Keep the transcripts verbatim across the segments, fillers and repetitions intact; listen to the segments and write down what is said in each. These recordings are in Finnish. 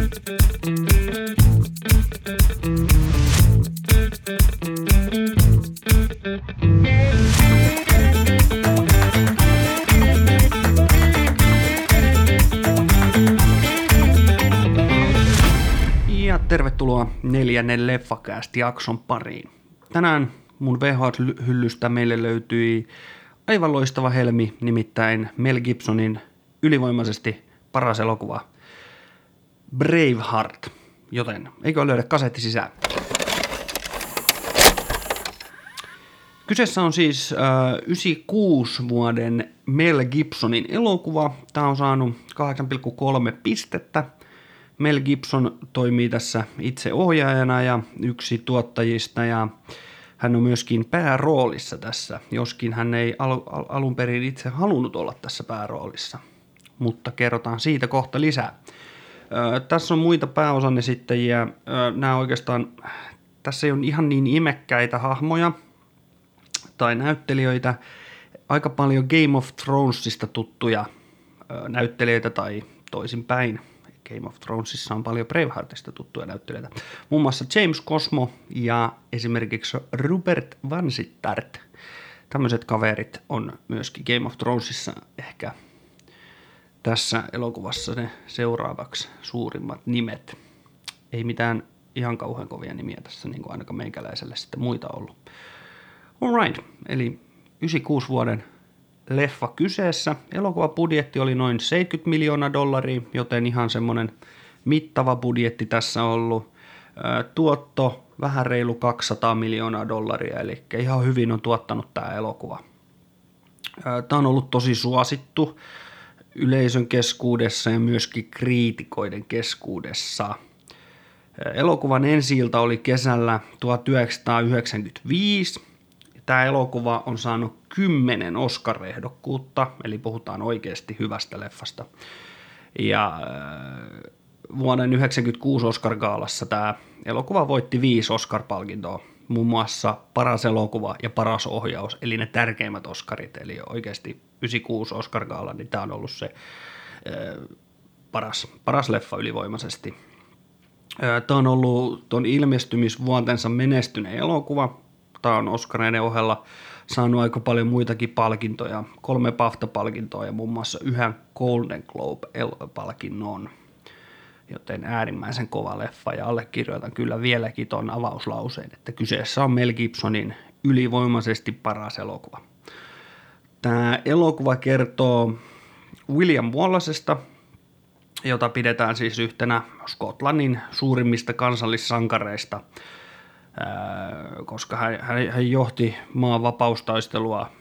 Ja tervetuloa neljännen Leffacast-jakson pariin. Tänään mun V H S-hyllystä meille löytyi aivan loistava helmi, nimittäin Mel Gibsonin ylivoimaisesti paras elokuva Braveheart, joten eikö löydä kasetti sisään? Kyseessä on siis äh, yhdeksänkymmentäkuusi vuoden Mel Gibsonin elokuva. Tämä on saanut kahdeksan pilkku kolme pistettä. Mel Gibson toimii tässä itse ohjaajana ja yksi tuottajista, ja hän on myöskin pääroolissa tässä, joskin hän ei al- al- alun perin itse halunnut olla tässä pääroolissa, mutta kerrotaan siitä kohta lisää. Ö, tässä on muita pääosan esittäjiä. Ö, nämä oikeastaan, tässä ei ole ihan niin imekkäitä hahmoja tai näyttelijöitä, aika paljon Game of Thronesista tuttuja ö, näyttelijöitä tai toisinpäin. Game of Thronesissa on paljon Braveheartista tuttuja näyttelijöitä. Muun muassa James Cosmo ja esimerkiksi Rupert Vansittart. Tämmöiset kaverit on myöskin Game of Thronesissa ehkä tässä elokuvassa ne seuraavaksi suurimmat nimet. Ei mitään ihan kauhean kovia nimiä tässä, niin kuin ainakaan meikäläiselle sitten muita ollut. Alright, eli yhdeksänkymmentäkuusi vuoden leffa kyseessä. Elokuvabudjetti oli noin seitsemänkymmentä miljoonaa dollaria, joten ihan semmoinen mittava budjetti tässä ollut. Tuotto vähän reilu kaksisataa miljoonaa dollaria, eli ihan hyvin on tuottanut tämä elokuva. Tämä on ollut tosi suosittu yleisön keskuudessa ja myöskin kriitikoiden keskuudessa. Elokuvan ensi-ilta oli kesällä tuhatyhdeksänsataayhdeksänkymmentäviisi. Tämä elokuva on saanut kymmenen Oscar-ehdokkuutta, eli puhutaan oikeasti hyvästä leffasta. Ja vuoden yhdeksänkymmentäkuusi Oscar-gaalassa tämä elokuva voitti viisi Oscar-palkintoa, muun muassa paras elokuva ja paras ohjaus, eli ne tärkeimmät Oscarit, eli oikeasti yhdeksänkymmentäkuusi Oscar-gaala, niin tämä on ollut se paras, paras leffa ylivoimaisesti. Tämä on ollut tuon ilmestymisvuotensa menestyneen elokuva. Tämä on Oscareiden ohella saanut aika paljon muitakin palkintoja, kolme BAFTA-palkintoa ja muun muassa yhden Golden Globe-palkinnon, joten äärimmäisen kova leffa, ja allekirjoitan kyllä vieläkin tuon avauslauseen, että kyseessä on Mel Gibsonin ylivoimaisesti paras elokuva. Tämä elokuva kertoo William Wallacesta, jota pidetään siis yhtenä Skotlannin suurimmista kansallissankareista, koska hän, hän johti maan vapaustaistelua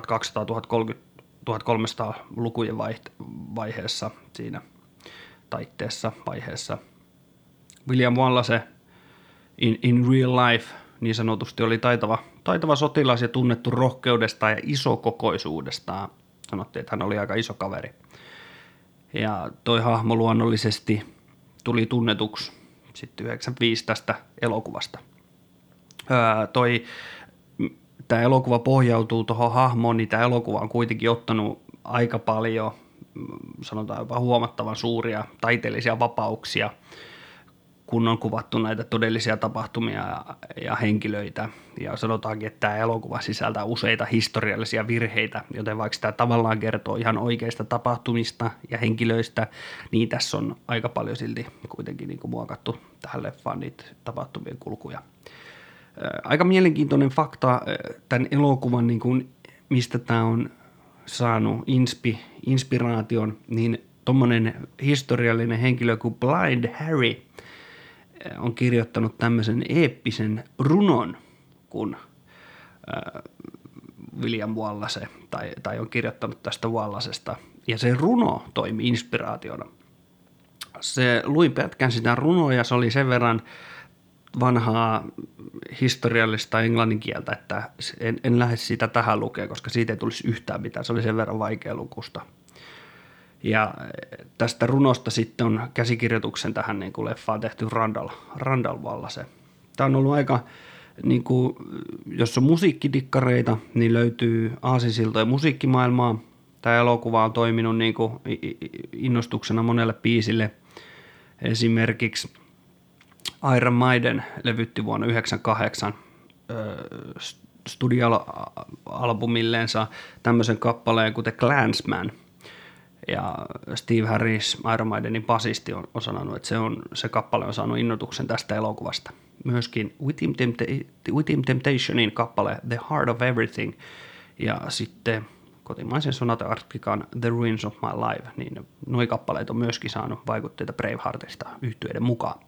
tuhatkaksisataa-tuhatkolmesataa-lukujen vaiheessa, siinä taitteessa vaiheessa. William Wallace in, in real life niin sanotusti oli taitava, taitava sotilas ja tunnettu rohkeudestaan ja isokokoisuudestaan. Sanottiin, että hän oli aika iso kaveri. Ja toi hahmo luonnollisesti tuli tunnetuksi sitten yhdeksänkymmentäviisi tästä elokuvasta. Öö, toi, tämä elokuva pohjautuu tuohon hahmoon, niin tämä elokuva on kuitenkin ottanut aika paljon, sanotaan jopa huomattavan suuria taiteellisia vapauksia, kun on kuvattu näitä todellisia tapahtumia ja, ja henkilöitä. Ja sanotaankin, että tämä elokuva sisältää useita historiallisia virheitä, joten vaikka tämä tavallaan kertoo ihan oikeista tapahtumista ja henkilöistä, niin tässä on aika paljon silti kuitenkin niin kuin muokattu tähän leffaan niitä tapahtumien kulkuja. Aika mielenkiintoinen fakta tämän elokuvan, niin kuin, mistä tämä on saanut inspi, inspiraation, niin tuommoinen historiallinen henkilö kuin Blind Harry on kirjoittanut tämmöisen eeppisen runon kuin William Wallace, tai, tai on kirjoittanut tästä Wallacesta, ja se runo toimi inspiraationa. Se luin pätkän sitä runoa, ja se oli sen verran vanhaa historiallista englannin kieltä, että en, en lähde sitä tähän lukemaan, koska siitä ei tulisi yhtään mitään. Se oli sen verran vaikea lukusta. Ja tästä runosta sitten on käsikirjoituksen tähän niin kuin leffaan tehty Randall, Randall Wallace. Tämä on ollut aika, niin kuin, jos on musiikkidikkareita, niin löytyy aasinsiltoja musiikkimaailmaa. Tämä elokuva on toiminut niin kuin innostuksena monelle biisille. Esimerkiksi Iron Maiden levytti vuonna yhdeksänkymmentäkahdeksan studioalbumilleensa tämmöisen kappaleen kuten Clansman. Ja Steve Harris, Iron Maidenin basisti, on, on sanonut, että se, on, se kappale on saanut innoituksen tästä elokuvasta. Myöskin Within, Tempta- Within Temptationin kappale The Heart of Everything ja sitten kotimaisen Sonata Arctican The Ruins of My Life, niin nuo kappaleet on myöskin saanut vaikutteita Braveheartista yhtyeiden mukaan.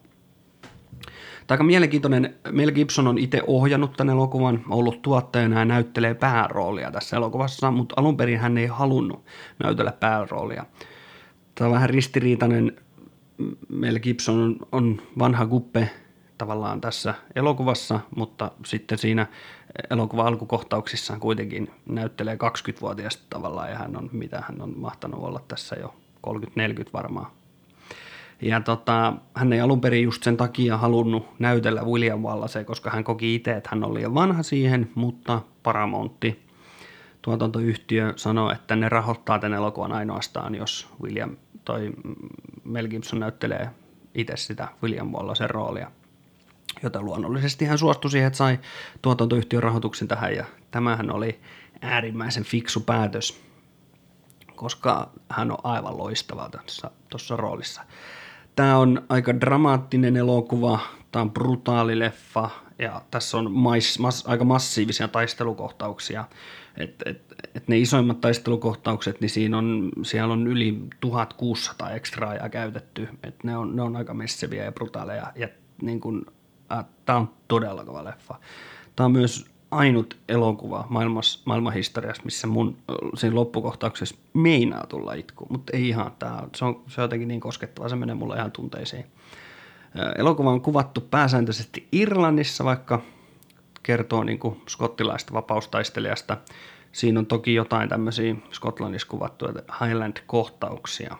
Aika mielenkiintoinen. Mel Gibson on itse ohjannut tämän elokuvan, ollut tuottajana ja näyttelee pääroolia tässä elokuvassa, mutta alun perin hän ei halunnut näytellä pääroolia. Tämä on vähän ristiriitainen. Mel Gibson on vanha guppe tavallaan tässä elokuvassa, mutta sitten siinä elokuvan alkukohtauksissaan kuitenkin näyttelee kaksikymmentävuotiaasta tavallaan, ja hän on, mitä hän on mahtanut olla tässä jo kolmekymmentä neljäkymmentä varmaan. Ja tota, hän ei alun perin just sen takia halunnut näytellä William Wallacea, koska hän koki itse, että hän oli liian vanha siihen, mutta Paramountti, tuotantoyhtiö, sanoi, että ne rahoittaa tämän elokuvan ainoastaan, jos William toi Mel Gibson näyttelee itse sitä William Wallacen roolia. Joten luonnollisesti hän suostui siihen, että sai tuotantoyhtiön rahoituksen tähän, ja tämähän oli äärimmäisen fiksu päätös, koska hän on aivan loistava tuossa roolissa. Tämä on aika dramaattinen elokuva, tämä on brutaali leffa ja tässä on mais, mas, aika massiivisia taistelukohtauksia. Et, et, et ne isoimmat taistelukohtaukset, niin siinä on, siellä on yli tuhatkuusisataa ekstraajaa käytetty. Et ne, on, ne on aika messeviä ja brutaaleja ja niin kun, äh, tämä on todella kova leffa. Tämä on myös ainut elokuva maailmassa, maailmanhistoriassa, missä mun siinä loppukohtauksessa meinaa tulla itku, mutta ei ihan. Tää, se, on, se on jotenkin niin koskettava, se menee mulle ihan tunteisiin. Elokuva on kuvattu pääsääntöisesti Irlannissa, vaikka kertoo niin kuin skottilaista vapaustaistelijasta. Siinä on toki jotain tämmöisiä Skotlannissa kuvattuja Highland-kohtauksia.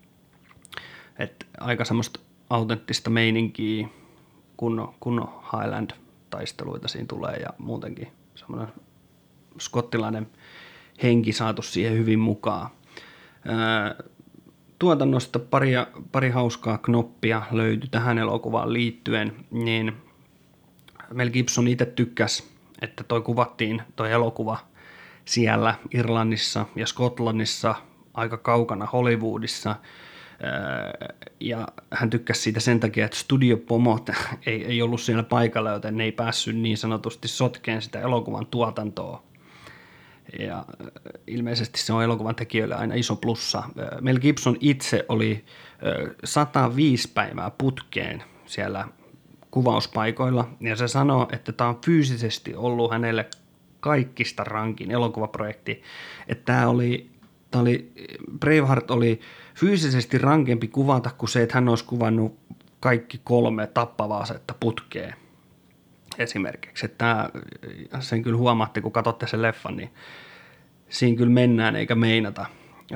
Et aika semmoista autenttista meininkiä, kunnon, kunnon Highland taisteluita siinä tulee ja muutenkin semmoinen skottilainen henki saatu siihen hyvin mukaan. Ää, tuotannosta pari, pari hauskaa knoppia löytyi tähän elokuvaan liittyen, niin Mel Gibson itse tykkäsi, että toi kuvattiin toi elokuva siellä Irlannissa ja Skotlannissa aika kaukana Hollywoodissa. Ja hän tykkäsi siitä sen takia, että studiopomot ei, ei ollut siellä paikalla, joten ne ei päässyt niin sanotusti sotkeen sitä elokuvan tuotantoa. Ja ilmeisesti se on elokuvan tekijöille aina iso plussa. Mel Gibson itse oli sata viisi päivää putkeen siellä kuvauspaikoilla, ja se sanoo, että tämä on fyysisesti ollut hänelle kaikista rankin elokuvaprojekti, että tämä oli Tämä oli, Braveheart oli fyysisesti rankempi kuvata kuin se, että hän olisi kuvannut kaikki kolme tappavaa asetta putkeen esimerkiksi. Että tämä, sen kyllä huomaatte, kun katsotte sen leffan, niin siinä kyllä mennään eikä meinata.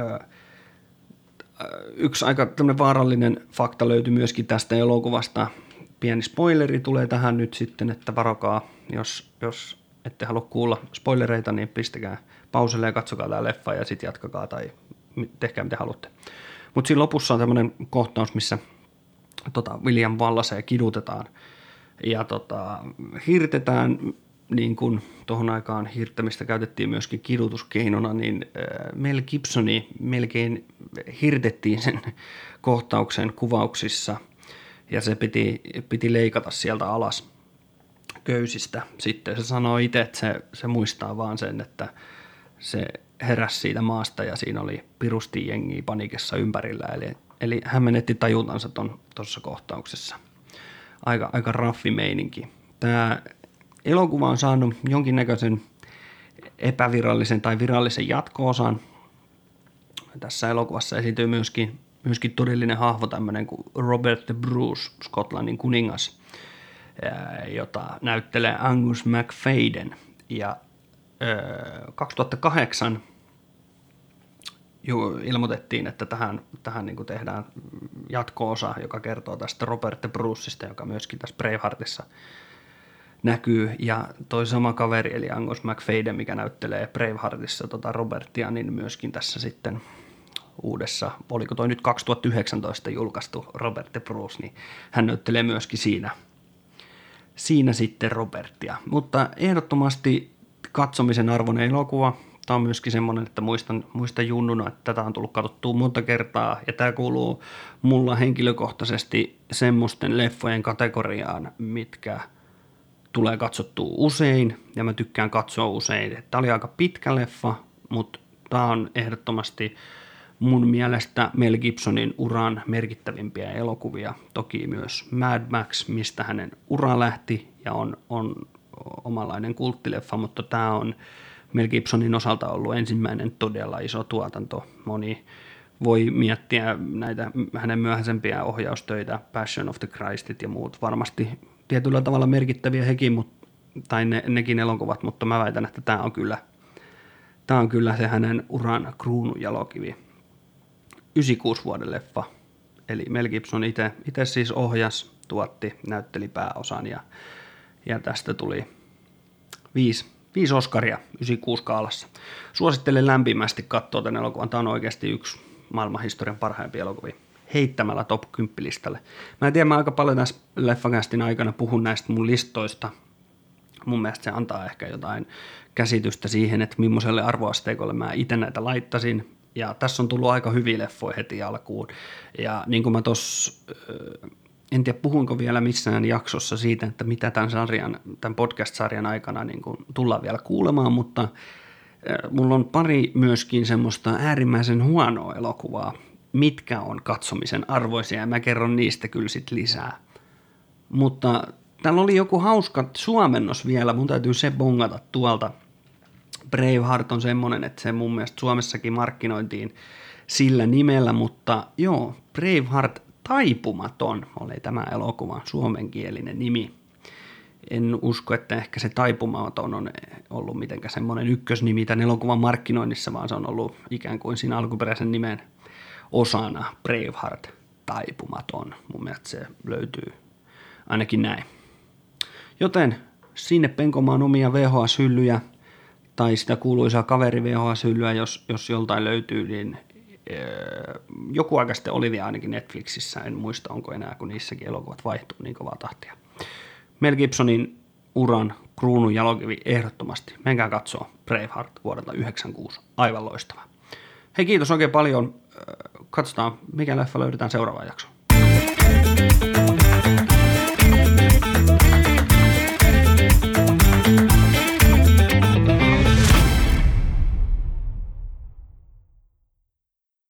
Yksi aika tämmöinen vaarallinen fakta löytyi myöskin tästä elokuvasta. Pieni spoileri tulee tähän nyt sitten, että varokaa, jos, jos ette halua kuulla spoilereita, niin pistäkää pauselle ja katsokaa tämä leffa ja sitten jatkakaa tai tehkää mitä haluatte. Mutta siinä lopussa on tämmöinen kohtaus, missä tota, William Wallacea kidutetaan ja tota, hirtetään, niin kuin tuohon aikaan hirttämistä käytettiin myöskin kidutuskeinona, niin äh, Mel Gibsoni melkein hirtettiin sen kohtauksen kuvauksissa ja se piti, piti leikata sieltä alas köysistä. Sitten se sanoo itse, että se, se muistaa vaan sen, että se heräsi siitä maasta ja siinä oli pirusti jengiä panikessa ympärillä. Eli, eli hän menetti tajuntansa tuossa kohtauksessa. Aika, aika raffi meininki. Tämä elokuva on saanut jonkinnäköisen epävirallisen tai virallisen jatko-osan. Tässä elokuvassa esiintyy myöskin, myöskin todellinen hahmo, tämmöinen kuin Robert the Bruce, Skotlannin kuningas, jota näyttelee Angus MacFadyen. Ja kaksituhattakahdeksan ilmoitettiin, että tähän, tähän niin kuin tehdään jatko-osa, joka kertoo tästä Robert the Brucesta, joka myöskin tässä Braveheartissa näkyy. Ja toi sama kaveri, eli Angus MacFadyen, mikä näyttelee Braveheartissa tota Robertia, niin myöskin tässä sitten uudessa, oliko toi nyt kaksituhattayhdeksäntoista julkaistu Robert De Bruce, niin hän näyttelee myöskin siinä, siinä sitten Robertia. Mutta ehdottomasti katsomisen arvoinen elokuva. Tämä on myöskin semmoinen, että muistan, muistan junnuna, että tätä on tullut katsottua monta kertaa, ja tämä kuuluu mulla henkilökohtaisesti semmoisten leffojen kategoriaan, mitkä tulee katsottua usein, ja mä tykkään katsoa usein. Tämä oli aika pitkä leffa, mutta tämä on ehdottomasti mun mielestä Mel Gibsonin uran merkittävimpiä elokuvia. Toki myös Mad Max, mistä hänen ura lähti, ja on, on omanlainen kulttileffa, mutta tämä on Mel Gibsonin osalta ollut ensimmäinen todella iso tuotanto. Moni voi miettiä näitä hänen myöhäisempiä ohjaustöitä, Passion of the Christit ja muut, varmasti tietyllä tavalla merkittäviä hekin, mutta, tai ne, nekin elokuvat, mutta mä väitän, että tämä on kyllä, tämä on kyllä se hänen uran kruununjalokivi. yhdeksänkymmentäkuusi vuoden leffa, eli Mel Gibson itse, itse siis ohjas, tuotti, näytteli pääosan, ja, ja tästä tuli viisi Viisi Oscaria yhdeksänkymmentäkuusi kaalassa. Suosittelen lämpimästi katsoa tämän elokuvan. Tämä on oikeasti yksi maailmanhistorian parhaimpia elokuvia heittämällä top kymmenen listalle. Mä en tiedä, mä aika paljon tässä leffakästin aikana puhun näistä mun listoista. Mun mielestä se antaa ehkä jotain käsitystä siihen, että millaiselle arvoasteikolle mä itse näitä laittasin. Ja tässä on tullut aika hyviä leffoja heti alkuun. Ja niin kuin mä tossa... En tiedä, puhuinko vielä missään jaksossa siitä, että mitä tämän, sarjan, tämän podcast-sarjan aikana niin kuin tullaan vielä kuulemaan, mutta mulla on pari myöskin semmoista äärimmäisen huonoa elokuvaa, mitkä on katsomisen arvoisia, ja mä kerron niistä kyllä sit lisää. Mutta täällä oli joku hauska suomennos vielä, mun täytyy se bongata tuolta. Braveheart on semmoinen, että se mun mielestä Suomessakin markkinointiin sillä nimellä, mutta joo, Braveheart Taipumaton oli tämä elokuva, suomenkielinen nimi. En usko, että ehkä se Taipumaton on ollut mitenkään semmoinen ykkösnimi tämän elokuvan markkinoinnissa, vaan se on ollut ikään kuin siinä alkuperäisen nimen osana Braveheart Taipumaton. Mun mielestä se löytyy ainakin näin. Joten sinne penkomaan omia V H S-hyllyjä tai sitä kuuluisaa kaveri V H S-hyllyä, jos, jos joltain löytyy, niin joku aika sitten oli vielä ainakin Netflixissä, en muista onko enää, kun niissäkin elokuvat vaihtuu niin kovaa tahtia. Mel Gibsonin uran kruunun jalokivi ehdottomasti. Menkää katsoa Braveheart vuodelta yhdeksänkymmentäkuusi. Aivan loistava. Hei, kiitos oikein paljon. Katsotaan, mikä leffa löydetään seuraavaan jaksoon.